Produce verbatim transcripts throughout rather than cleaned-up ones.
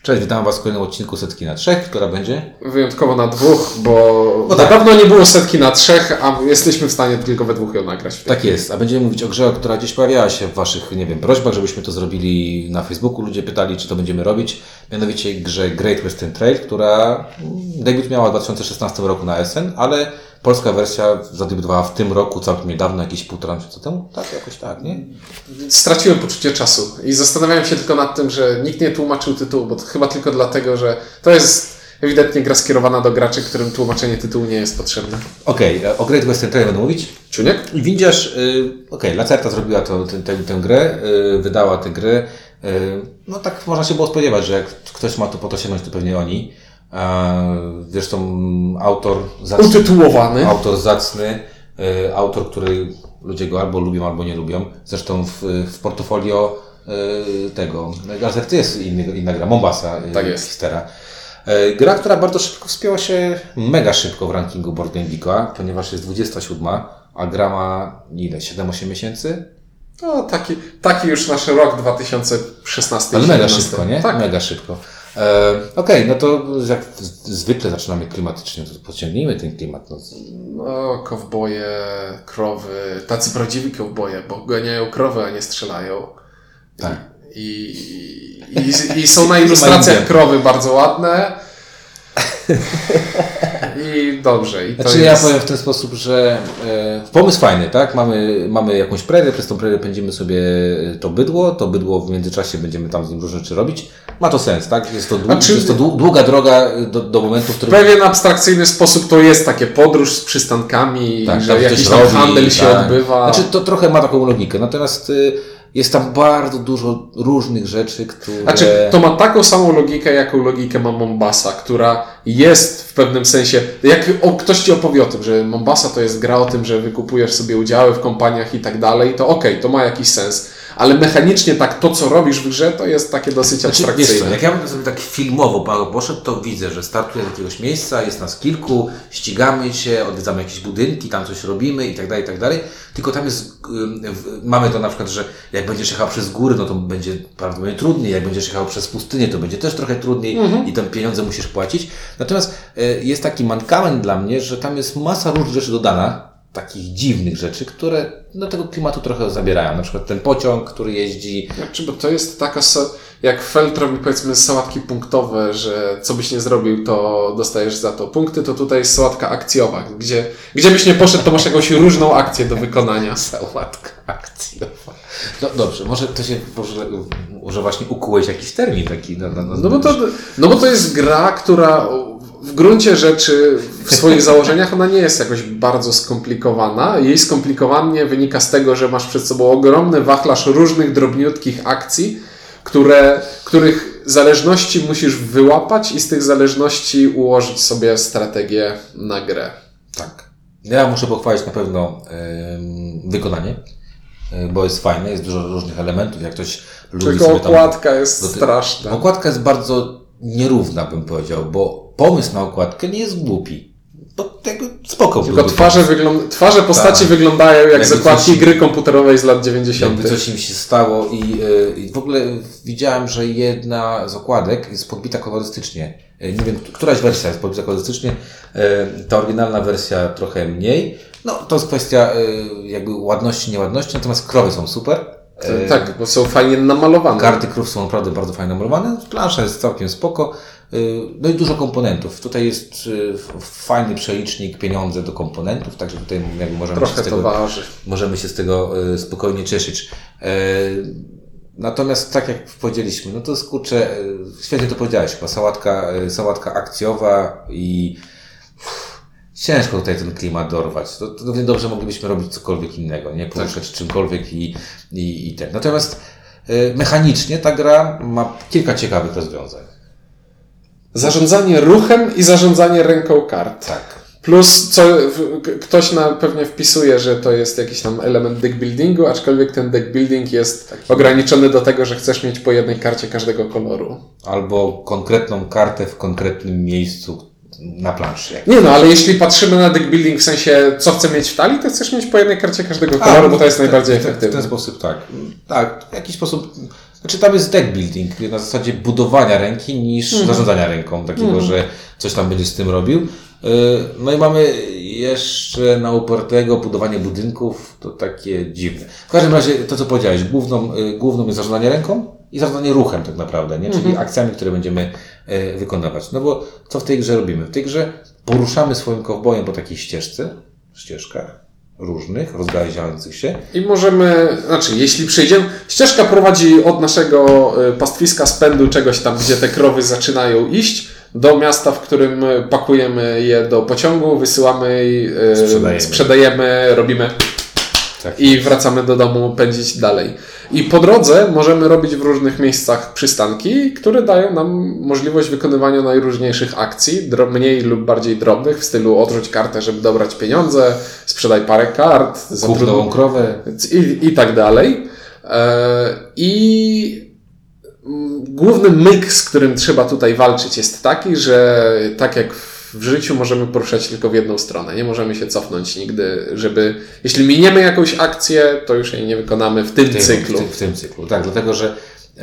Cześć, witam Was w kolejnym odcinku Setki na Trzech, która będzie? Wyjątkowo na dwóch, bo no tak. Dawno nie było Setki na Trzech, a jesteśmy w stanie tylko we dwóch ją nagrać. Tak jest, a będziemy mówić o grze, która gdzieś pojawiała się w Waszych, nie wiem, prośbach, żebyśmy to zrobili na Facebooku. Ludzie pytali, czy to będziemy robić. Mianowicie grze Great Western Trail, która debiut miała w dwa tysiące szesnastym roku na S N, ale polska wersja zadebiutowała w tym roku, całkiem niedawno, jakieś półtora miesiąca temu. Tak, jakoś tak, nie? Straciłem poczucie czasu i zastanawiałem się tylko nad tym, że nikt nie tłumaczył tytułu, bo to chyba tylko dlatego, że to jest ewidentnie gra skierowana do graczy, którym tłumaczenie tytułu nie jest potrzebne. Okej, okay, o Great Western Trail będę mówić. Czuniek? Windziarz, yy, okej, okay, Lacerta zrobiła to, tę, tę, tę grę, yy, wydała tę grę. Yy, no tak można się było spodziewać, że jak ktoś ma to po to sięgnąć, to pewnie oni. Zresztą autor zacny, utytułowany. Autor zacny, autor, który ludzie go albo lubią, albo nie lubią. Zresztą w, w portfolio tego Lacerty jest inny, inna gra, Mombasa. Tak jest. Histera. Gra, która bardzo szybko wspięła się, mega szybko w rankingu Board Game Geeka, ponieważ jest dwudziesta siódma, a gra ma ile? siedem osiem miesięcy? No taki, taki już nasz rok dwa tysiące szesnasty. Ale mega szybko, nie? Tak. Mega szybko. E, Okej, okay, no to jak zwykle zaczynamy klimatycznie, to podciągnijmy ten klimat. No, no kowboje, krowy, tacy prawdziwi kowboje, bo ganiają krowy, a nie strzelają. Tak. I, i, i, i są na ilustracjach krowy bardzo ładne. I dobrze. I to znaczy jest... ja powiem w ten sposób, że e, pomysł fajny, tak? Mamy, mamy jakąś prerię, przez tą prerię pędzimy sobie to bydło, to bydło w międzyczasie będziemy tam z nim różne rzeczy robić. Ma to sens, tak? Jest to, dług, znaczy, jest to długa droga do, do momentu, w którym... W pewien abstrakcyjny sposób to jest takie podróż z przystankami, tak, że jakiś tam robi, handel się tak. odbywa. Znaczy to trochę ma taką logikę, natomiast... Y, Jest tam bardzo dużo różnych rzeczy, które... Znaczy, to ma taką samą logikę, jaką logikę ma Mombasa, która jest w pewnym sensie... Jak ktoś ci opowie o tym, że Mombasa to jest gra o tym, że wykupujesz sobie udziały w kompaniach i tak dalej, to okej, okay, to ma jakiś sens. Ale mechanicznie tak to, co robisz w grze, to jest takie dosyć znaczy, abstrakcyjne. Co, jak ja bym sobie tak filmowo poszedł, to widzę, że startuję z jakiegoś miejsca, jest nas kilku, ścigamy się, odwiedzamy jakieś budynki, tam coś robimy i tak dalej, i tak dalej. Tylko tam jest, yy, mamy to na przykład, że jak będziesz jechał przez góry, no to będzie prawdopodobnie trudniej, jak będziesz jechał przez pustynię, to będzie też trochę trudniej mhm. i tam pieniądze musisz płacić. Natomiast yy, jest taki mankament dla mnie, że tam jest masa różnych rzeczy dodana, takich dziwnych rzeczy, które do tego klimatu trochę zabierają. Na przykład ten pociąg, który jeździ. Znaczy, bo to jest taka, jak Feld robi powiedzmy sałatki punktowe, że co byś nie zrobił, to dostajesz za to punkty, to tutaj jest sałatka akcjowa, gdzie, gdzie byś nie poszedł, to masz jakąś różną akcję do wykonania. Sałatka akcjowa. No dobrze, może to się, może, może właśnie ukułeś jakiś termin taki. No, no, no, no, bo to, no bo to jest gra, która w gruncie rzeczy w swoich założeniach ona nie jest jakoś bardzo skomplikowana. Jej skomplikowanie wynika z tego, że masz przed sobą ogromny wachlarz różnych drobniutkich akcji, które, których zależności musisz wyłapać i z tych zależności ułożyć sobie strategię na grę. Tak. Ja muszę pochwalić na pewno yy, wykonanie, yy, bo jest fajne, jest dużo różnych elementów, jak ktoś lubi tylko sobie tam... okładka jest ty... straszna. Okładka jest bardzo nierówna, bym powiedział, bo pomysł na okładkę nie jest głupi. To jakby spoko. Tylko twarze, wygląd- twarze postaci tak. wyglądają jak jakby z okładki coś, gry komputerowej z lat dziewięćdziesiątych. Jakby coś im się stało i, yy, i w ogóle widziałem, że jedna z okładek jest podbita kolorystycznie. Yy, nie wiem, któraś wersja jest podbita kolorystycznie. Yy, ta oryginalna wersja trochę mniej. No to jest kwestia yy, jakby ładności, nieładności, natomiast krowy są super. Yy, tak, bo są fajnie namalowane. Karty krów są naprawdę bardzo fajnie namalowane. Plansza jest całkiem spoko. No i dużo komponentów. Tutaj jest fajny przelicznik pieniądze do komponentów, także tutaj jakby możemy, Trochę się z, tego, waży. możemy się z tego spokojnie cieszyć. Natomiast tak jak powiedzieliśmy, no to kurczę, świetnie to powiedziałeś, chyba sałatka, sałatka akcjowa i ciężko tutaj ten klimat dorwać. To, to dobrze moglibyśmy robić cokolwiek innego, nie? Poruszać tak. czymkolwiek i, i, i ten. Natomiast mechanicznie ta gra ma kilka ciekawych rozwiązań. Zarządzanie ruchem i zarządzanie ręką kart. Tak. Plus co, ktoś na, pewnie wpisuje, że to jest jakiś tam element deckbuildingu, aczkolwiek ten deckbuilding jest tak ograniczony do tego, że chcesz mieć po jednej karcie każdego koloru. Albo konkretną kartę w konkretnym miejscu na planszy. Nie no, ale jeśli patrzymy na deckbuilding w sensie, co chcę mieć w talii, to chcesz mieć po jednej karcie każdego koloru, A, bo to jest ten, najbardziej ten, efektywne. W ten sposób tak. Tak, w jakiś sposób Znaczy tam jest deck building, na zasadzie budowania ręki niż mhm. zarządzania ręką, takiego, mhm. że coś tam będzie z tym robił. No i mamy jeszcze na upartego budowanie budynków, to takie dziwne. W każdym razie to, co powiedziałeś, główną, główną jest zarządzanie ręką i zarządzanie ruchem tak naprawdę, nie? Czyli mhm. akcjami, które będziemy wykonywać. No bo co w tej grze robimy? W tej grze poruszamy swoim kowbojem po takiej ścieżce, ścieżkach różnych, rozgałęziających się. I możemy, znaczy jeśli przejdziemy, ścieżka prowadzi od naszego pastwiska spędu czegoś tam, gdzie te krowy zaczynają iść, do miasta, w którym pakujemy je do pociągu, wysyłamy, sprzedajemy, sprzedajemy robimy tak i wracamy do domu pędzić dalej. I po drodze możemy robić w różnych miejscach przystanki, które dają nam możliwość wykonywania najróżniejszych akcji, mniej lub bardziej drobnych, w stylu odrzuć kartę, żeby dobrać pieniądze, sprzedaj parę kart, kup nową krowę i, i tak dalej. I główny myk, z którym trzeba tutaj walczyć, jest taki, że tak jak w życiu możemy poruszać tylko w jedną stronę. Nie możemy się cofnąć nigdy, żeby... Jeśli miniemy jakąś akcję, to już jej nie wykonamy w tym, tym cyklu. W tym, w tym cyklu, tak. Dlatego, że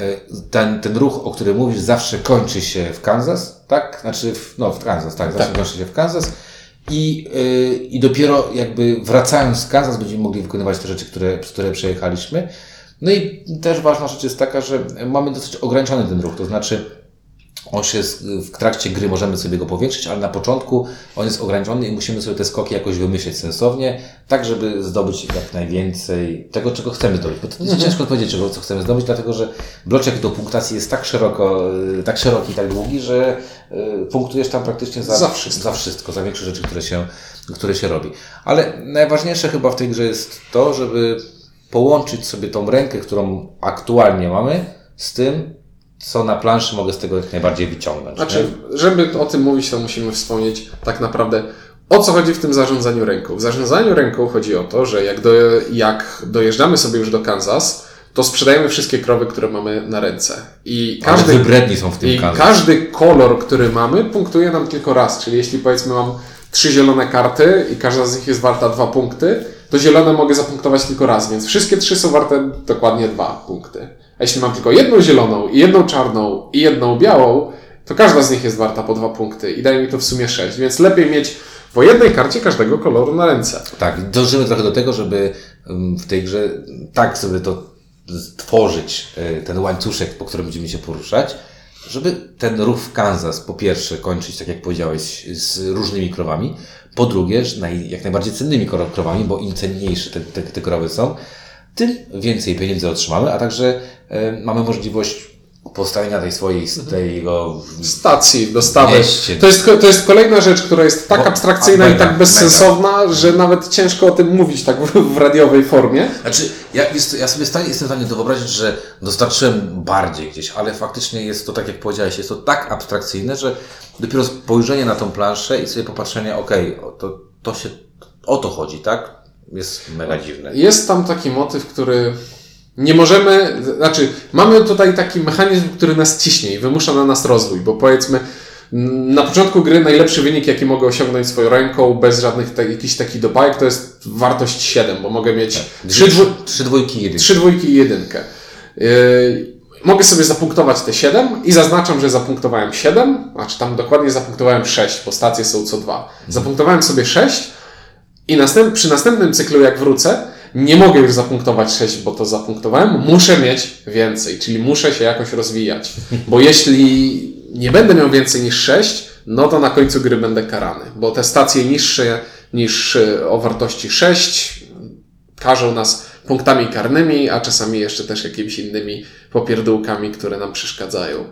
ten, ten ruch, o którym mówisz, zawsze kończy się w Kansas, tak? Znaczy, w, no w Kansas, tak. Zawsze tak. kończy się w Kansas. I, yy, I dopiero jakby wracając z Kansas będziemy mogli wykonywać te rzeczy, które, przez które przejechaliśmy. No i też ważna rzecz jest taka, że mamy dosyć ograniczony ten ruch, to znaczy on się w trakcie gry możemy sobie go powiększyć, ale na początku on jest ograniczony i musimy sobie te skoki jakoś wymyśleć sensownie, tak żeby zdobyć jak najwięcej tego, czego chcemy zdobyć. Bo to jest mhm. ciężko powiedzieć, czego, co chcemy zdobyć, dlatego że bloczek do punktacji jest tak szeroko, tak szeroki, tak długi, że punktujesz tam praktycznie za, za, wszystko. za wszystko, za większe rzeczy, które się, które się robi. Ale najważniejsze chyba w tej grze jest to, żeby połączyć sobie tą rękę, którą aktualnie mamy, z tym, co na planszy mogę z tego jak najbardziej wyciągnąć. Znaczy, nie? Żeby o tym mówić, to musimy wspomnieć tak naprawdę, o co chodzi w tym zarządzaniu ręką. W zarządzaniu ręką chodzi o to, że jak, do, jak dojeżdżamy sobie już do Kansas, to sprzedajemy wszystkie krowy, które mamy na ręce. I każdy, wybredni są w tym i Kansas. każdy kolor, który mamy, punktuje nam tylko raz. Czyli jeśli powiedzmy mam trzy zielone karty i każda z nich jest warta dwa punkty, to zielone mogę zapunktować tylko raz, więc wszystkie trzy są warte dokładnie dwa punkty. A jeśli mam tylko jedną zieloną, i jedną czarną, i jedną białą, to każda z nich jest warta po dwa punkty i daje mi to w sumie sześć, więc lepiej mieć po jednej karcie każdego koloru na ręce. Tak, dążymy trochę do tego, żeby w tej grze tak sobie to tworzyć, ten łańcuszek, po którym będziemy się poruszać, żeby ten ruch w Kansas po pierwsze kończyć, tak jak powiedziałeś, z różnymi krowami, po drugie, jak najbardziej cennymi krowami, bo im cenniejsze te, te, te krowy są, tym więcej pieniędzy otrzymamy, a także y, mamy możliwość postawienia tej swojej tego stacji dostawek. To jest, to jest kolejna rzecz, która jest tak bo, abstrakcyjna mega, i tak bezsensowna, mega. Że nawet ciężko o tym mówić tak w, w radiowej formie. Znaczy, ja, jest, ja sobie stanie, jestem w stanie to wyobrazić, że dostarczyłem bardziej gdzieś, ale faktycznie jest to, tak jak powiedziałeś, jest to tak abstrakcyjne, że dopiero spojrzenie na tą planszę i sobie popatrzenie, okej, okay, to, to się, o to chodzi, tak? Jest mega dziwne. Jest tam taki motyw, który nie możemy, znaczy mamy tutaj taki mechanizm, który nas ciśnie i wymusza na nas rozwój, bo powiedzmy na początku gry najlepszy wynik, jaki mogę osiągnąć swoją ręką bez żadnych te, jakichś takich dopałek, to jest wartość siedem, bo mogę mieć tak. trzy, dwu, trzy dwójki i jedynkę. Trzy dwójki i jedynkę. Yy, mogę sobie zapunktować te siedem i zaznaczam, że zapunktowałem siedem, znaczy tam dokładnie zapunktowałem sześć, bo stacje są co dwa. Hmm. Zapunktowałem sobie sześć i następ, przy następnym cyklu jak wrócę, nie mogę już zapunktować sześć, bo to zapunktowałem, muszę mieć więcej, czyli muszę się jakoś rozwijać. Bo jeśli nie będę miał więcej niż sześć, no to na końcu gry będę karany, bo te stacje niższe niż o wartości sześć karzą nas punktami karnymi, a czasami jeszcze też jakimiś innymi popierdółkami, które nam przeszkadzają.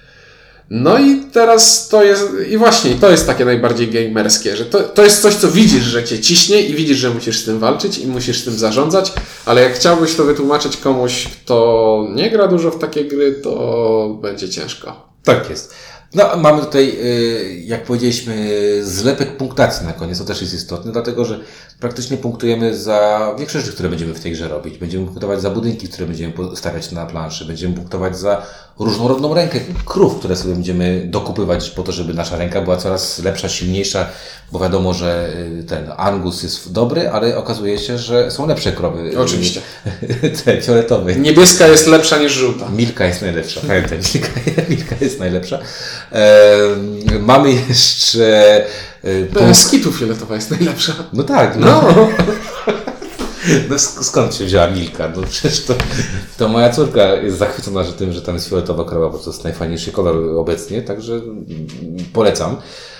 No i teraz to jest, i właśnie to jest takie najbardziej gamerskie, że to, to jest coś, co widzisz, że cię ciśnie i widzisz, że musisz z tym walczyć i musisz z tym zarządzać, ale jak chciałbyś to wytłumaczyć komuś, kto nie gra dużo w takie gry, to będzie ciężko. Tak jest. No, mamy tutaj, jak powiedzieliśmy, zlepek punktacji na koniec, to też jest istotne, dlatego że praktycznie punktujemy za większość rzeczy, które będziemy w tej grze robić. Będziemy punktować za budynki, które będziemy stawiać na planszy, będziemy punktować za różnorodną rękę krów, które sobie będziemy dokupywać po to, żeby nasza ręka była coraz lepsza, silniejsza, bo wiadomo, że ten Angus jest dobry, ale okazuje się, że są lepsze krowy. Oczywiście. Te fioletowe. Niebieska jest lepsza niż żółta. Milka jest najlepsza. Pamiętaj, Milka, Milka jest najlepsza. E, mamy jeszcze... E, Skitu fioletowa jest najlepsza. No tak. No. no. No skąd się wzięła Milka? No przecież to, to moja córka jest zachwycona że tym, że tam jest fioletowa krowa, bo to jest najfajniejszy kolor obecnie, także polecam.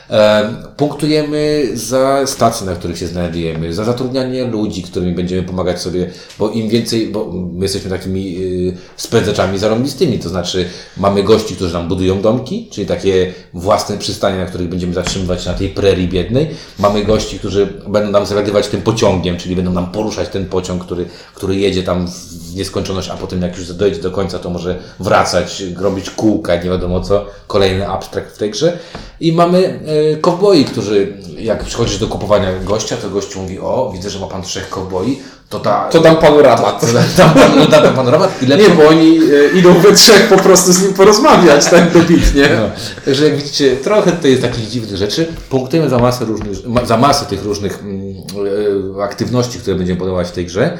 E, punktujemy za stacje, na których się znajdujemy, za zatrudnianie ludzi, którymi będziemy pomagać sobie, bo im więcej, bo my jesteśmy takimi y, spędzaczami zarąbistymi, to znaczy mamy gości, którzy nam budują domki, czyli takie własne przystanie, na których będziemy zatrzymywać się na tej prerii biednej. Mamy gości, którzy będą nam zagadywać tym pociągiem, czyli będą nam poruszać ten pociąg, który, który jedzie tam w nieskończoność, a potem jak już dojdzie do końca, to może wracać, robić kółka, nie wiadomo co, kolejny abstrakt w tej grze. I mamy kowboi, którzy jak przychodzisz do kupowania gościa, to gościu mówi, o, widzę, że ma pan trzech kowboi, to da, to dam panu rabat. To, to dam, panu, dam, dam panu rabat. I lepszą... Nie, bo oni e, idą we trzech po prostu z nim porozmawiać, tak dobitnie. No. Także jak widzicie, trochę tutaj jest takich dziwnych rzeczy. Punktujemy za masę różnych, za masę tych różnych mm, e, aktywności, które będziemy podawać w tej grze,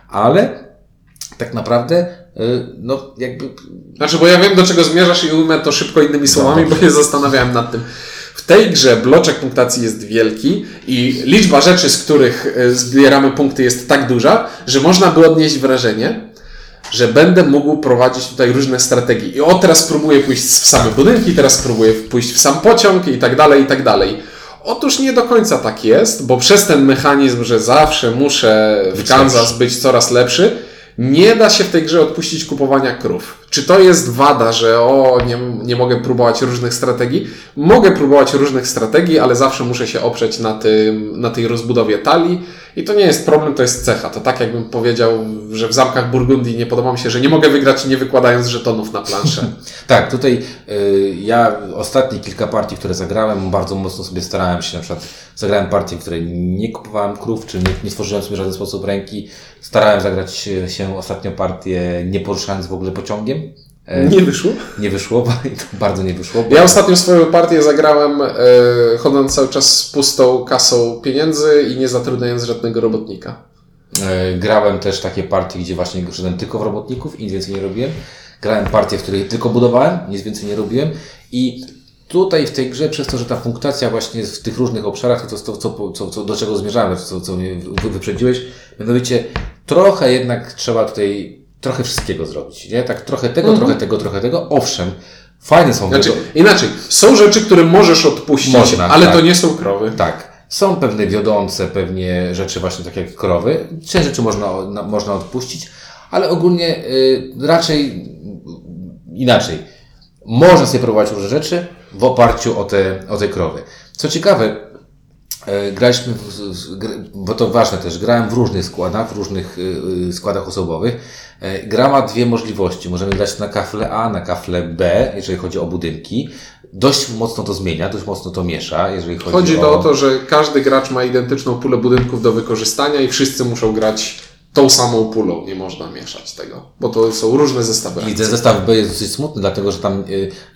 ale tak naprawdę e, no jakby... Znaczy, bo ja wiem, do czego zmierzasz i ujmę to szybko innymi słowami, no, bo się zastanawiałem nad tym. W tej grze bloczek punktacji jest wielki i liczba rzeczy, z których zbieramy punkty jest tak duża, że można by odnieść wrażenie, że będę mógł prowadzić tutaj różne strategie. I o, teraz spróbuję pójść w same budynki, teraz spróbuję pójść w sam pociąg i tak dalej, i tak dalej. Otóż nie do końca tak jest, bo przez ten mechanizm, że zawsze muszę w Kansas być coraz lepszy, nie da się w tej grze odpuścić kupowania krów. Czy to jest wada, że o, nie, nie mogę próbować różnych strategii? Mogę próbować różnych strategii, ale zawsze muszę się oprzeć na, tym, na tej rozbudowie talii. I to nie jest problem, to jest cecha. To tak jakbym powiedział, że w Zamkach Burgundii nie podoba mi się, że nie mogę wygrać nie wykładając żetonów na planszę. Tak, tutaj y, ja ostatnie kilka partii, które zagrałem, bardzo mocno sobie starałem się, na przykład zagrałem partie, w której nie kupowałem krów, czy nie, nie stworzyłem sobie w żaden sposób ręki. Starałem zagrać się ostatnio partię, nie poruszając w ogóle pociągiem. Nie wyszło? Nie wyszło, bardzo nie wyszło. Ja ostatnio swoją partię zagrałem e, chodząc cały czas z pustą kasą pieniędzy i nie zatrudniając żadnego robotnika. E, grałem też takie partie, gdzie właśnie szedłem tylko w robotników i nic więcej nie robiłem. Grałem partie, w których tylko budowałem, nic więcej nie robiłem i tutaj w tej grze, przez to, że ta punktacja właśnie w tych różnych obszarach, to, to, co, co, co, do czego zmierzałem, co, co mnie wyprzedziłeś, mianowicie trochę jednak trzeba tutaj trochę wszystkiego zrobić, nie? Tak trochę tego, mhm. trochę tego, trochę tego. Owszem, fajne są... Znaczy, inaczej, są rzeczy, które możesz odpuścić, Można, ale tak. to nie są krowy. Tak. Są pewne wiodące, pewnie rzeczy właśnie tak jak krowy. Część rzeczy można, na, można odpuścić, ale ogólnie y, raczej inaczej. Można sobie próbować różne rzeczy w oparciu o te, o te krowy. Co ciekawe, y, graliśmy, w, w, bo to ważne też, grałem w różnych składach, w różnych y, składach osobowych. Gra ma dwie możliwości. Możemy grać na kafle A, na kafle B, jeżeli chodzi o budynki. Dość mocno to zmienia, dość mocno to miesza, jeżeli chodzi, chodzi o... Chodzi o to, że każdy gracz ma identyczną pulę budynków do wykorzystania i wszyscy muszą grać tą samą pulą. Nie można mieszać tego, bo to są różne zestawy akcji. I ten zestaw B jest dosyć smutny, dlatego że tam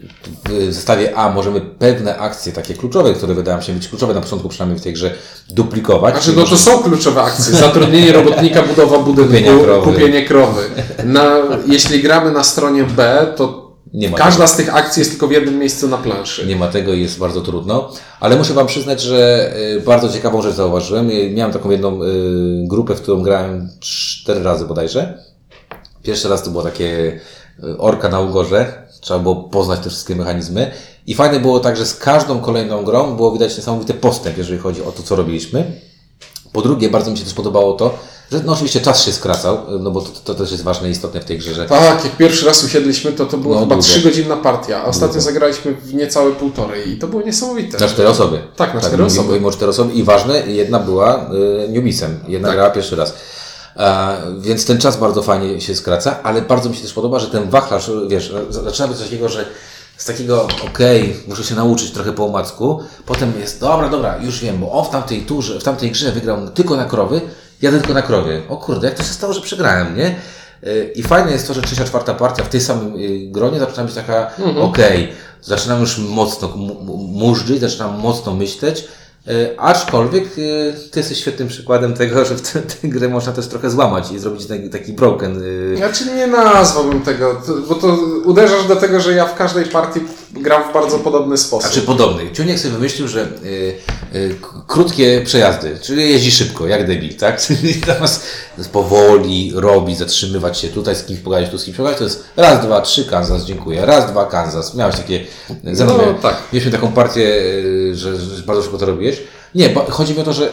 w zestawie A możemy pewne akcje, takie kluczowe, które wydają się być kluczowe na początku przynajmniej w tej grze, duplikować. Znaczy, no to możemy... są kluczowe akcje. Zatrudnienie robotnika, budowa budynku, kupienie krowy. Kupienie krowy. Na, jeśli gramy na stronie B, to Nie ma Każda tego. z tych akcji jest tylko w jednym miejscu na planszy. Nie ma tego i jest bardzo trudno. Ale muszę Wam przyznać, że bardzo ciekawą rzecz zauważyłem. Miałem taką jedną grupę, w którą grałem cztery razy bodajże. Pierwszy raz to było takie orka na ugorze. Trzeba było poznać te wszystkie mechanizmy. I fajne było tak, że z każdą kolejną grą było widać niesamowity postęp, jeżeli chodzi o to, co robiliśmy. Po drugie, bardzo mi się też podobało to, że no oczywiście czas się skracał, no bo to, to też jest ważne i istotne w tej grze, że... Tak, jak pierwszy raz usiedliśmy, to to było no, chyba trzygodzinna partia, a ostatnio długo. zagraliśmy w niecałe półtorej i to było niesamowite. Na cztery osoby. Tak, na tak, cztery osoby. Mówimy o cztery osoby i ważne, jedna była y, newbisem, jedna tak. grała pierwszy raz. A, więc ten czas bardzo fajnie się skraca, ale bardzo mi się też podoba, że ten wachlarz, wiesz, zaczyna być coś takiego, że z takiego, okej, okay, muszę się nauczyć trochę po omacku, potem jest, dobra, dobra, już wiem, bo on w tamtej turze, w tamtej grze wygrał tylko na krowy, ja tylko na krowie. O kurde, jak to się stało, że przegrałem, nie? I fajne jest to, że trzecia, czwarta partia w tej samej gronie zaczyna być taka, mhm. okej, okay, zaczynam już mocno murzyć, zaczynam mocno myśleć, aczkolwiek ty jesteś świetnym przykładem tego, że w tę, tę grę można też trochę złamać i zrobić taki broken. Znaczy nie nazwałbym tego, bo to uderzasz do tego, że ja w każdej partii gram w bardzo podobny sposób. Znaczy podobny. Ciuniek sobie wymyślił, że y, y, krótkie przejazdy, czyli jeździ szybko, jak debil, tak? Czyli zamiast powoli robić, zatrzymywać się tutaj, z kimś pogadać, tu z kimś pogadać, to jest raz, dwa, trzy, Kansas, dziękuję, raz, dwa, Kansas. Miałeś takie, no, no tak. Mieliśmy taką partię, że, że bardzo szybko to robiłeś. Nie, bo chodzi mi o to, że y,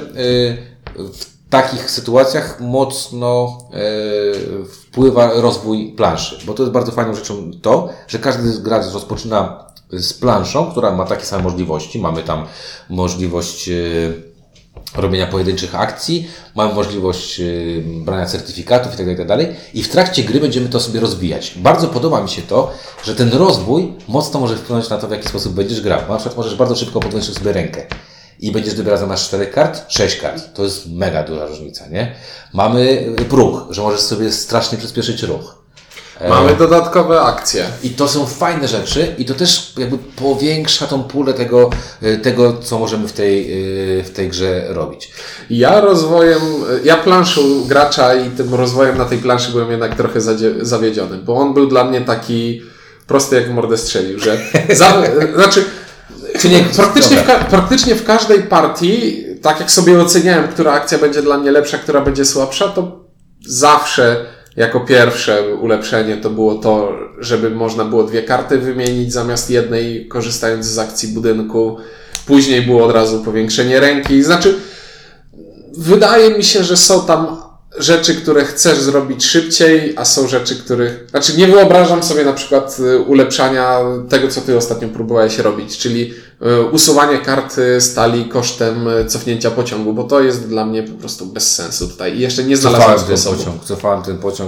w takich sytuacjach mocno y, wpływa rozwój planszy, bo to jest bardzo fajną rzeczą to, że każdy gracz rozpoczyna z planszą, która ma takie same możliwości. Mamy tam możliwość y, robienia pojedynczych akcji, mamy możliwość y, brania certyfikatów itd., itd. I w trakcie gry będziemy to sobie rozwijać. Bardzo podoba mi się to, że ten rozwój mocno może wpłynąć na to, w jaki sposób będziesz grał. Na przykład możesz bardzo szybko podnosić sobie rękę i będziesz dobierał zamiast czterech kart, sześć kart. To jest mega duża różnica, nie? Mamy ruch, że możesz sobie strasznie przyspieszyć ruch. Mamy e... dodatkowe akcje. I to są fajne rzeczy i to też jakby powiększa tą pulę tego, tego co możemy w tej, w tej grze robić. Ja rozwojem, ja planszą gracza i tym rozwojem na tej planszy byłem jednak trochę zawiedziony, bo on był dla mnie taki prosty jak mordę strzelił, że za, znaczy Czy nie, praktycznie, w ka- praktycznie w każdej partii, tak jak sobie oceniałem, która akcja będzie dla mnie lepsza, która będzie słabsza, to zawsze jako pierwsze ulepszenie to było to, żeby można było dwie karty wymienić zamiast jednej, korzystając z akcji budynku. Później było od razu powiększenie ręki. Znaczy, wydaje mi się, że są tam rzeczy, które chcesz zrobić szybciej, a są rzeczy, których... Znaczy, nie wyobrażam sobie na przykład ulepszania tego, co ty ostatnio próbowałeś robić, czyli usuwanie karty stali kosztem cofnięcia pociągu, bo to jest dla mnie po prostu bez sensu tutaj i jeszcze nie znalazłem cofałem sposobu. Ten pociąg, cofałem ten pociąg,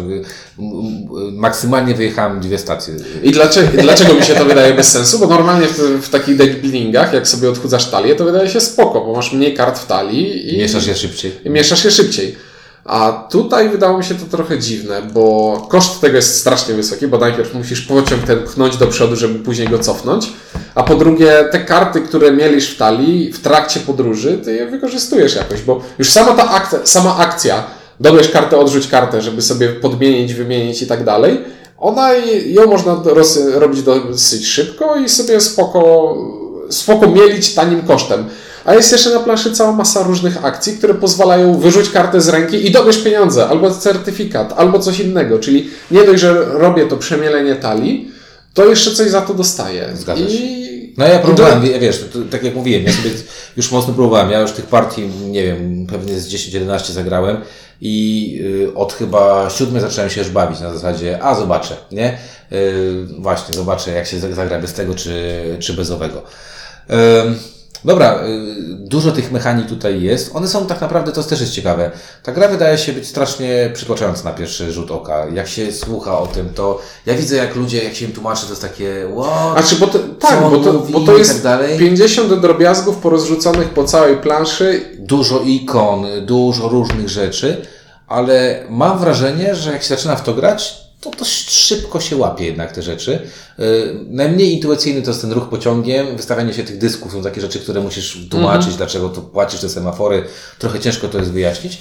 maksymalnie wyjechałem dwie stacje. I dlaczego, dlaczego mi się to wydaje bez sensu? Bo normalnie w, w takich deckbuildingach, jak sobie odchudzasz talię, to wydaje się spoko, bo masz mniej kart w talii i mieszasz je szybciej. I mieszasz je szybciej. A tutaj wydało mi się to trochę dziwne, bo koszt tego jest strasznie wysoki, bo najpierw musisz pociąg ten pchnąć do przodu, żeby później go cofnąć, a po drugie te karty, które mielisz w talii w trakcie podróży, ty je wykorzystujesz jakoś, bo już sama ta akcja, sama akcja, dobierz kartę, odrzuć kartę, żeby sobie podmienić, wymienić i tak dalej, ona, ją można roz, robić dosyć szybko i sobie spoko, spoko mielić tanim kosztem. A jest jeszcze na planszy cała masa różnych akcji, które pozwalają wyrzuć kartę z ręki i dobierz pieniądze, albo certyfikat, albo coś innego. Czyli nie dość, że robię to przemielenie talii, to jeszcze coś za to dostaję. Zgadza się. I... No ja próbowałem, do... wiesz, to, tak jak mówiłem, ja sobie już mocno próbowałem. Ja już tych partii, nie wiem, pewnie z dziesięć jedenaście zagrałem i yy, od chyba siódmej zacząłem się już bawić na zasadzie, a zobaczę, nie? Yy, właśnie, zobaczę jak się zagra bez tego, czy, czy bez owego. Yy. Dobra, dużo tych mechanik tutaj jest. One są tak naprawdę, to też jest ciekawe. Ta gra wydaje się być strasznie przytłaczająca na pierwszy rzut oka. Jak się słucha o tym, to ja widzę jak ludzie, jak się im tłumaczy, to jest takie what? Znaczy, bo to, tak, bo to, bo to jest tak pięćdziesiąt drobiazgów porozrzuconych po całej planszy. Dużo ikon, dużo różnych rzeczy, ale mam wrażenie, że jak się zaczyna w to grać, to dość szybko się łapie jednak te rzeczy. Yy, najmniej intuicyjny to jest ten ruch pociągiem, wystawianie się tych dysków, są takie rzeczy, które musisz tłumaczyć, mm-hmm. dlaczego to płacisz te semafory. Trochę ciężko to jest wyjaśnić,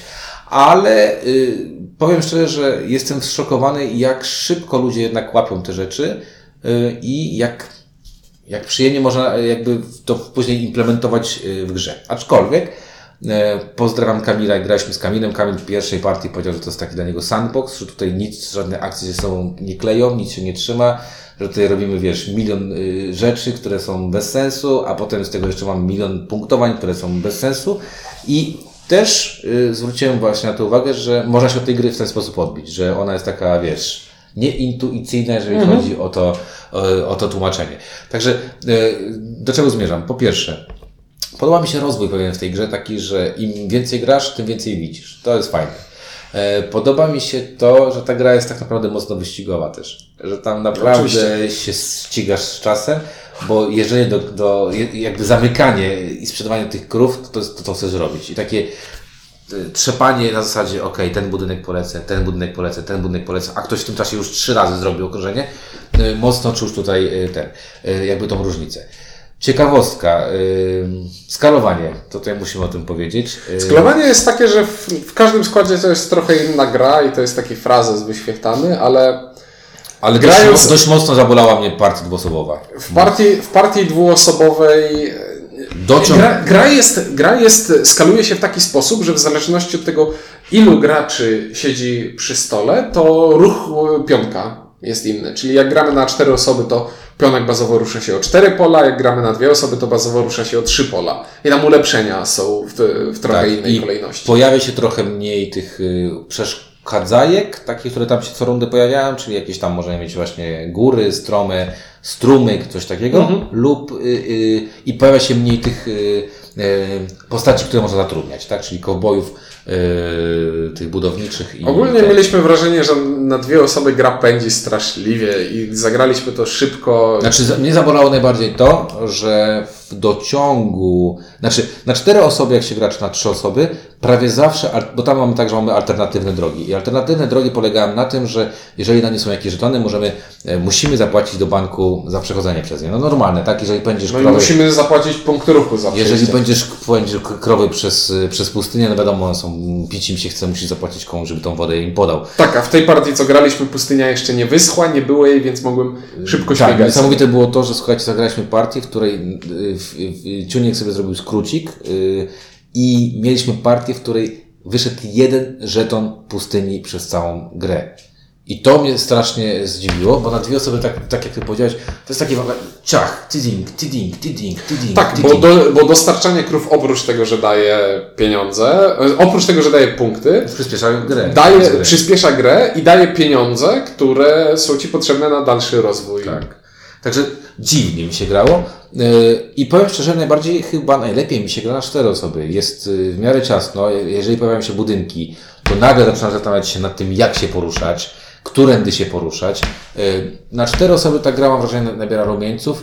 ale yy, powiem szczerze, że jestem zszokowany, jak szybko ludzie jednak łapią te rzeczy yy, i jak, jak przyjemnie można jakby to później implementować w grze. Aczkolwiek pozdrawiam Kamila, graliśmy z Kamilem. Kamil w pierwszej partii powiedział, że to jest taki dla niego sandbox, że tutaj nic, żadne akcje ze sobą nie kleją, nic się nie trzyma, że tutaj robimy, wiesz, milion y, rzeczy, które są bez sensu, a potem z tego jeszcze mamy milion punktowań, które są bez sensu i też y, zwróciłem właśnie na to uwagę, że można się od tej gry w ten sposób odbić, że ona jest taka, wiesz, nieintuicyjna, jeżeli mhm. chodzi o to, o, o to tłumaczenie. Także y, do czego zmierzam? Po pierwsze, podoba mi się rozwój pewien w tej grze taki, że im więcej grasz, tym więcej widzisz. To jest fajne. Podoba mi się to, że ta gra jest tak naprawdę mocno wyścigowa też. Że tam naprawdę Oczywiście. się ścigasz z czasem, bo jeżeli do, do jakby zamykanie i sprzedawanie tych krów, to to, to chcesz robić. I takie trzepanie na zasadzie, ok, ten budynek polecę, ten budynek polecę, ten budynek polecę, a ktoś w tym czasie już trzy razy zrobił okrążenie, mocno czuć tutaj ten, jakby tą różnicę. Ciekawostka, yy, skalowanie, to tutaj musimy o tym powiedzieć. Skalowanie jest takie, że w, w każdym składzie to jest trochę inna gra i to jest taki frazes wyświetlany, ale... Ale grając... dość, dość mocno zabolała mnie partia dwuosobowa. W partii, w partii dwuosobowej Dociąg... gra, gra, jest, gra jest, skaluje się w taki sposób, że w zależności od tego, ilu graczy siedzi przy stole, to ruch pionka jest inny. Czyli jak gramy na cztery osoby, to pionek bazowo rusza się o cztery pola, jak gramy na dwie osoby, to bazowo rusza się o trzy pola. I tam ulepszenia są w, w trochę tak, innej i kolejności. Pojawia się trochę mniej tych y, przeszkadzajek, takich, które tam się co rundę pojawiają, czyli jakieś tam możemy mieć właśnie góry, stromy, strumyk, coś takiego, mhm. lub y, y, i pojawia się mniej tych y, y, postaci, które można zatrudniać, tak? Czyli kowbojów, Yy, tych budowniczych. I Ogólnie te... mieliśmy wrażenie, że na dwie osoby gra pędzi straszliwie i zagraliśmy to szybko. Znaczy, mnie zabolało najbardziej to, że w dociągu, znaczy na cztery osoby, jak się gra, czy na trzy osoby, prawie zawsze, bo tam mamy tak, że mamy alternatywne drogi. I alternatywne drogi polegają na tym, że jeżeli na nie są jakieś żetony, możemy, musimy zapłacić do banku za przechodzenie przez nie. No normalne, tak? Jeżeli będziesz no krowy... i musimy zapłacić punkt ruchu za przejście. Jeżeli będziesz, będziesz krowy przez, przez pustynię, no wiadomo, one są, pić im się chce, musisz zapłacić komuś, żeby tą wodę im podał. Tak, a w tej partii, co graliśmy, pustynia jeszcze nie wyschła, nie było jej, więc mogłem szybko tak, śmigać. Niesamowite było to, że słuchajcie, zagraliśmy partię, w której Ciuniek sobie zrobił skrócik yy, i mieliśmy partię, w której wyszedł jeden żeton pustyni przez całą grę. I to mnie strasznie zdziwiło, bo na dwie osoby, tak, tak jak ty powiedziałeś, to jest takie ciach, tiding, tiding, tiding, tiding. Tak, tiding. Bo, do, bo dostarczanie krów oprócz tego, że daje pieniądze, oprócz tego, że daje punkty, przyspiesza grę. Daje, grę. Przyspiesza grę i daje pieniądze, które są ci potrzebne na dalszy rozwój. Tak. Także dziwnie mi się grało i powiem szczerze, najbardziej chyba najlepiej mi się gra na cztery osoby. Jest w miarę ciasno, jeżeli pojawiają się budynki, to nagle zaczynam zastanawiać się nad tym, jak się poruszać, którędy się poruszać. Na cztery osoby ta gra, mam wrażenie, nabiera rumieńców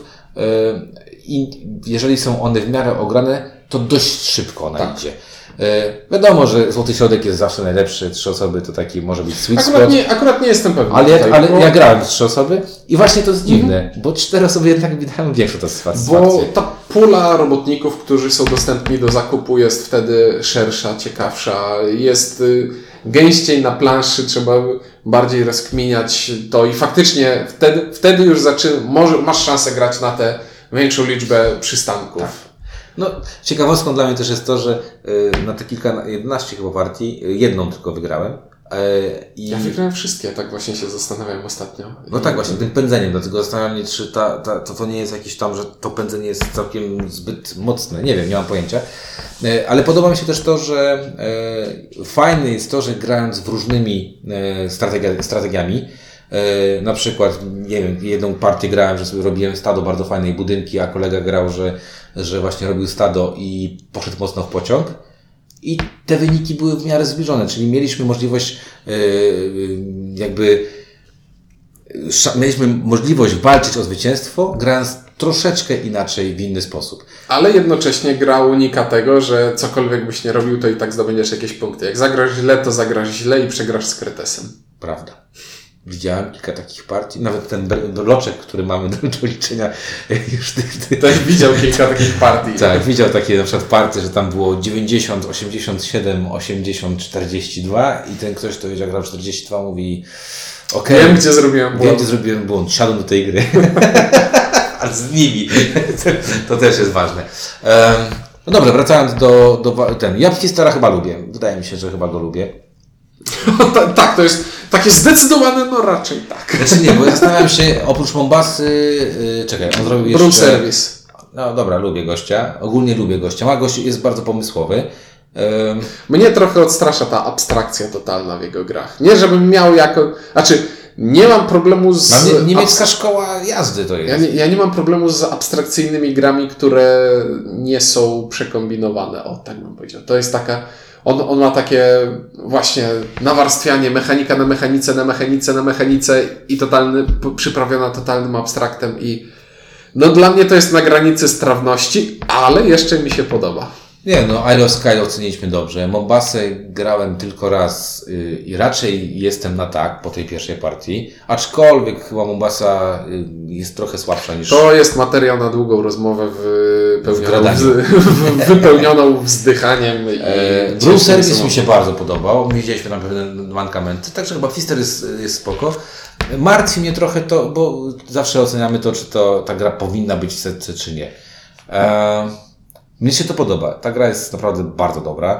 i jeżeli są one w miarę ograne, to dość szybko ona tak. idzie. Wiadomo, że złoty środek jest zawsze najlepszy, trzy osoby to taki może być sweet akurat spot. Nie, akurat nie jestem pewny. Ale, tutaj, ale bo... ja grałem w trzy osoby i właśnie to jest dziwne, mm. bo cztery osoby jednak mi dają większą satysfakcję. Bo ta pula robotników, którzy są dostępni do zakupu, jest wtedy szersza, ciekawsza, jest y, gęściej na planszy, trzeba bardziej rozkminiać to i faktycznie wtedy, wtedy już zaczyna, może, masz szansę grać na tę większą liczbę przystanków. Tak. No, ciekawostką dla mnie też jest to, że y, na te kilka, jedenaście chyba partii, y, jedną tylko wygrałem. Y, i... Ja wygrałem wszystkie, tak właśnie się zastanawiałem ostatnio. No tak właśnie, tym pędzeniem, dlatego zastanawiam się, czy ta, ta, to, to nie jest jakieś tam, że to pędzenie jest całkiem zbyt mocne. Nie wiem, nie mam pojęcia. Y, ale podoba mi się też to, że y, fajne jest to, że grając w różnymi y, strategi- strategiami, Yy, na przykład, nie wiem, jedną partię grałem, że sobie robiłem stado bardzo fajnej budynki, a kolega grał, że, że właśnie robił stado i poszedł mocno w pociąg. I te wyniki były w miarę zbliżone, czyli mieliśmy możliwość yy, jakby sz- mieliśmy możliwość walczyć o zwycięstwo, grając troszeczkę inaczej, w inny sposób. Ale jednocześnie gra unika tego, że cokolwiek byś nie robił, to i tak zdobędziesz jakieś punkty. Jak zagrasz źle, to zagrasz źle i przegrasz z kretesem. Prawda. Widziałem kilka takich partii, nawet ten bloczek, który mamy do, do liczenia. Już ty, ty... Też widział kilka takich partii. Tak, widział takie na przykład partie, że tam było dziewięćdziesiąt, osiemdziesiąt siedem, osiemdziesiąt, czterdzieści dwa i ten ktoś, kto wiedział, grał czterdzieści dwa, mówi okej, okay, wiem, gdzie zrobiłem błąd. Wiem, gdzie zrobiłem błąd, siadłem do tej gry. Ale z nimi. To też jest ważne. Um, no dobrze, wracając do, do ten. Ja Pfistera chyba lubię. Wydaje mi się, że chyba go lubię. Tak, to jest takie zdecydowane, no raczej tak. Znaczy nie, bo ja zastanawiam się, oprócz Mombasy, yy, czekaj, on zrobił jeszcze... Room Service. No dobra, lubię gościa, ogólnie lubię gościa, a gość jest bardzo pomysłowy. Um, Mnie trochę odstrasza ta abstrakcja totalna w jego grach. Nie, żebym miał jako... Znaczy, nie mam problemu z... No, nie, niemiecka abs... szkoła jazdy to jest. Ja nie, ja nie mam problemu z abstrakcyjnymi grami, które nie są przekombinowane. O, tak bym powiedział. To jest taka... On, on ma takie właśnie nawarstwianie, mechanika na mechanice, na mechanice, na mechanice i totalny, przyprawiona totalnym abstraktem i no dla mnie to jest na granicy strawności, ale jeszcze mi się podoba. Nie, no Isle of Skye oceniliśmy dobrze. Mombasę grałem tylko raz yy, i raczej jestem na tak po tej pierwszej partii. Aczkolwiek chyba Mombasa yy, jest trochę słabsza niż... To jest materiał na długą rozmowę wypełnioną, w wypełnioną wzdychaniem. Eee, Blue Service mi się bardzo podobał. Widzieliśmy tam pewne mankamenty, także chyba Pfister jest, jest spoko. Martwi mnie trochę to, bo zawsze oceniamy to, czy to ta gra powinna być w setce, czy nie. Eee, Mnie się to podoba. Ta gra jest naprawdę bardzo dobra.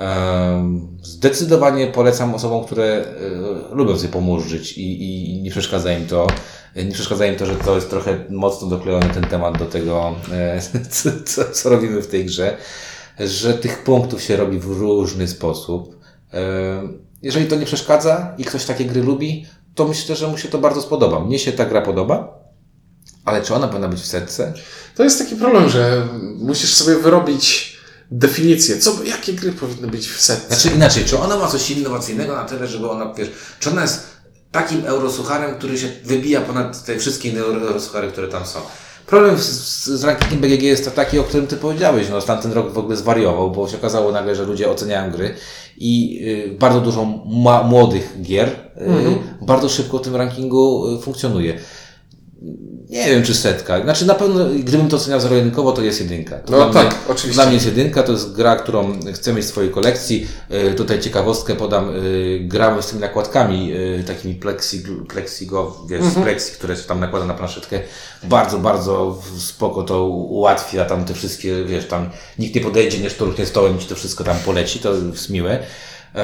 Zdecydowanie polecam osobom, które lubią sobie pomurzyć i, i nie przeszkadza im to. Nie przeszkadza im to, że to jest trochę mocno doklejony ten temat do tego, co, co, co robimy w tej grze. Że tych punktów się robi w różny sposób. Jeżeli to nie przeszkadza i ktoś takie gry lubi, to myślę, że mu się to bardzo spodoba. Mnie się ta gra podoba. Ale czy ona powinna być w setce? To jest taki problem, że musisz sobie wyrobić definicję, co, jakie gry powinny być w setce. Znaczy inaczej, czy ona ma coś innowacyjnego na tyle, żeby ona, wiesz, czy ona jest takim eurosucharem, który się wybija ponad te wszystkie inne eurosuchary, które tam są. Problem z, z rankingiem B G G jest taki, o którym ty powiedziałeś. No, tamten rok w ogóle zwariował, bo się okazało nagle, że ludzie oceniają gry i y, bardzo dużo ma, młodych gier y, mm-hmm. bardzo szybko w tym rankingu y, funkcjonuje. Nie wiem, czy setka. Znaczy na pewno, gdybym to oceniał zero-jedynkowo, to jest jedynka. To no dla tak, mnie, oczywiście. Dla mnie jest jedynka, to jest gra, którą chcę mieć w swojej kolekcji. Yy, tutaj ciekawostkę podam. Yy, gramy z tymi nakładkami, yy, takimi plexi, plexigo, wiesz, mm-hmm. plexi, które się tam nakłada na planszetkę. Bardzo, bardzo spoko to ułatwia tam te wszystkie, wiesz, tam nikt nie podejdzie, nie szturchnie stołem, ci to wszystko tam poleci, to jest miłe. Yy.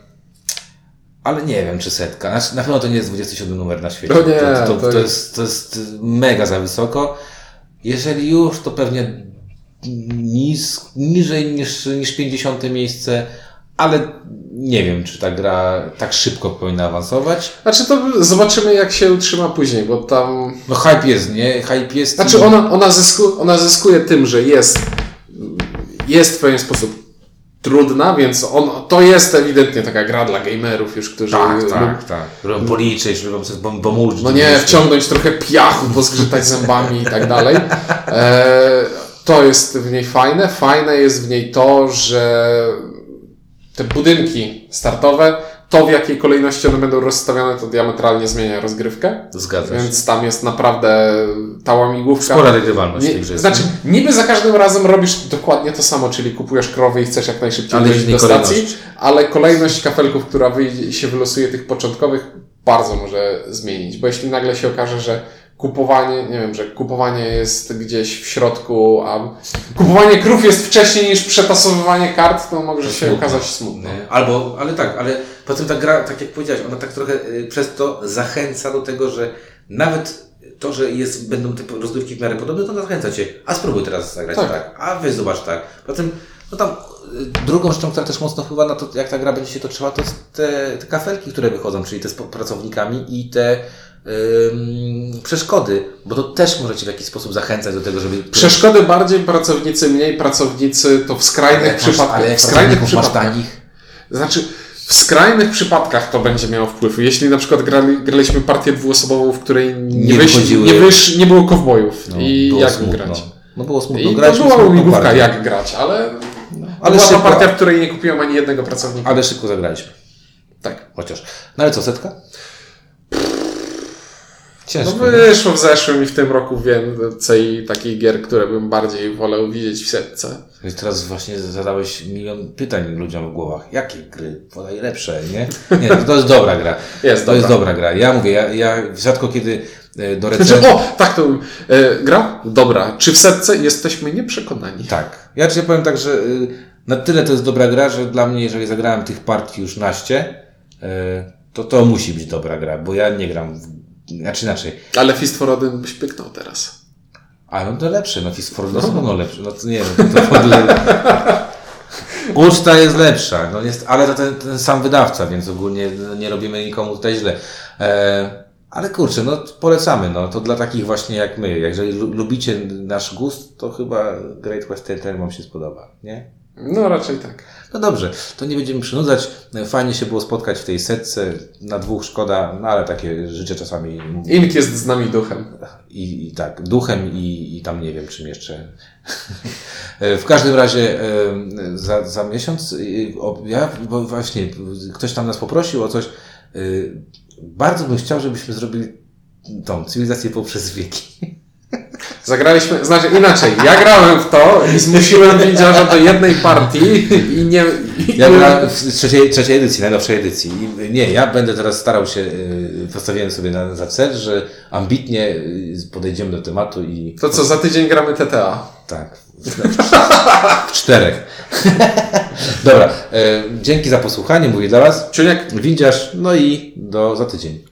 Ale nie wiem, czy setka. Znaczy, na pewno to nie jest dwudziesty siódmy numer na świecie. No nie, to, to, to, to, to, jest, to jest mega za wysoko. Jeżeli już, to pewnie nis, niżej niż, niż pięćdziesiąte miejsce, ale nie wiem, czy ta gra tak szybko powinna awansować. Znaczy to zobaczymy, jak się utrzyma później, bo tam... No hype jest, nie? Hype jest... Znaczy i... ona, ona, zysku, ona zyskuje tym, że jest, jest w pewien sposób trudna, więc on, to jest ewidentnie taka gra dla gamerów już, którzy... Tak, tak, lub, tak. Lubią policzyć, lubią sobie pomóż. No nie, wciągnąć trochę piachu, pozgrzytać zębami i tak dalej. E, to jest w niej fajne. Fajne jest w niej to, że te budynki startowe, to w jakiej kolejności one będą rozstawione, to diametralnie zmienia rozgrywkę. Zgadza się. Więc tam jest naprawdę ta łamigłówka. Spora regrywalność nie, w tej grze. Znaczy, niby za każdym razem robisz dokładnie to samo, czyli kupujesz krowy i chcesz jak najszybciej dojść do stacji, ale kolejność kafelków, która wyjdzie, się wylosuje tych początkowych, bardzo może zmienić. Bo jeśli nagle się okaże, że kupowanie, nie wiem, że kupowanie jest gdzieś w środku, a kupowanie krów jest wcześniej niż przetasowywanie kart, to może to się smutno. okazać smutne. Albo, ale tak, ale potem ta gra, tak jak powiedziałeś, ona tak trochę y, przez to zachęca do tego, że nawet to, że jest, będą te rozgrywki w miarę podobne, to zachęca cię. A spróbuj teraz zagrać tak, tak. a wy zobacz tak. Potem, no tam, y, drugą rzeczą, która też mocno wpływa na to, jak ta gra będzie się toczyła, to te, te kafelki, które wychodzą, czyli te z pracownikami i te Yy, przeszkody, bo to też może cię w jakiś sposób zachęcać do tego, żeby... Przeszkody bardziej, pracownicy mniej, pracownicy to w skrajnych przypadkach. Ale w skrajnych przypadkach. Znaczy, w skrajnych przypadkach to będzie miało wpływ. Jeśli na przykład grali, graliśmy partię dwuosobową, w której nie, nie, wyś, nie, wyś, nie było kowbojów no, i jak smutno. grać. No było smutno. I to była łamigłówka jak grać, ale, no, ale była szybko, partia, w której nie kupiłem ani jednego pracownika. Ale szybko zagraliśmy. Tak. Chociaż. No ale co, setka? Ciężko, no wyszło w zeszłym i w tym roku więcej takich gier, które bym bardziej wolał widzieć w setce. Więc teraz właśnie zadałeś milion pytań ludziom w głowach. Jakie gry? Podaj lepsze, nie? Nie, to jest dobra gra. Jest to dobra. jest dobra gra. Ja mówię, ja, ja rzadko kiedy do recenzji... Znaczy, o, tak to e, gra? Dobra. Czy w setce jesteśmy nieprzekonani? Tak. Ja ci powiem tak, że y, na tyle to jest dobra gra, że dla mnie, jeżeli zagrałem tych partii już naście, y, to to musi być dobra gra, bo ja nie gram w Znaczy inaczej. Ale Fist for Odin byś pyknął teraz. A no to lepsze, no Fist for Odin jest no lepsze. No to nie no to w ogóle... Uczta jest lepsza, no jest, ale to ten, ten sam wydawca, więc ogólnie nie robimy nikomu tutaj źle. E, ale kurczę, no polecamy, no to dla takich właśnie jak my. Jeżeli lubicie nasz gust, to chyba Great Western Trail wam się spodoba, nie? No raczej tak. No dobrze, to nie będziemy przynudzać. Fajnie się było spotkać w tej setce. Na dwóch szkoda, no ale takie życie czasami... Ink jest z nami duchem. I, i tak, duchem i, i tam nie wiem czym jeszcze. W każdym razie za, za miesiąc, ja, bo właśnie ktoś tam nas poprosił o coś. Bardzo bym chciał, żebyśmy zrobili tą cywilizację poprzez wieki. Zagraliśmy, znaczy inaczej, ja grałem w to i zmusiłem widziarza do jednej partii i nie... I ja grałem w trzeciej, trzeciej edycji, najnowszej edycji. I nie, ja będę teraz starał się, postawiłem sobie na, za cel, że ambitnie podejdziemy do tematu i... To co, za tydzień gramy T T A? Tak. W czterech. Dobra, dzięki za posłuchanie, mówię dla Was. Czuniek. Widziarz, no i do za tydzień.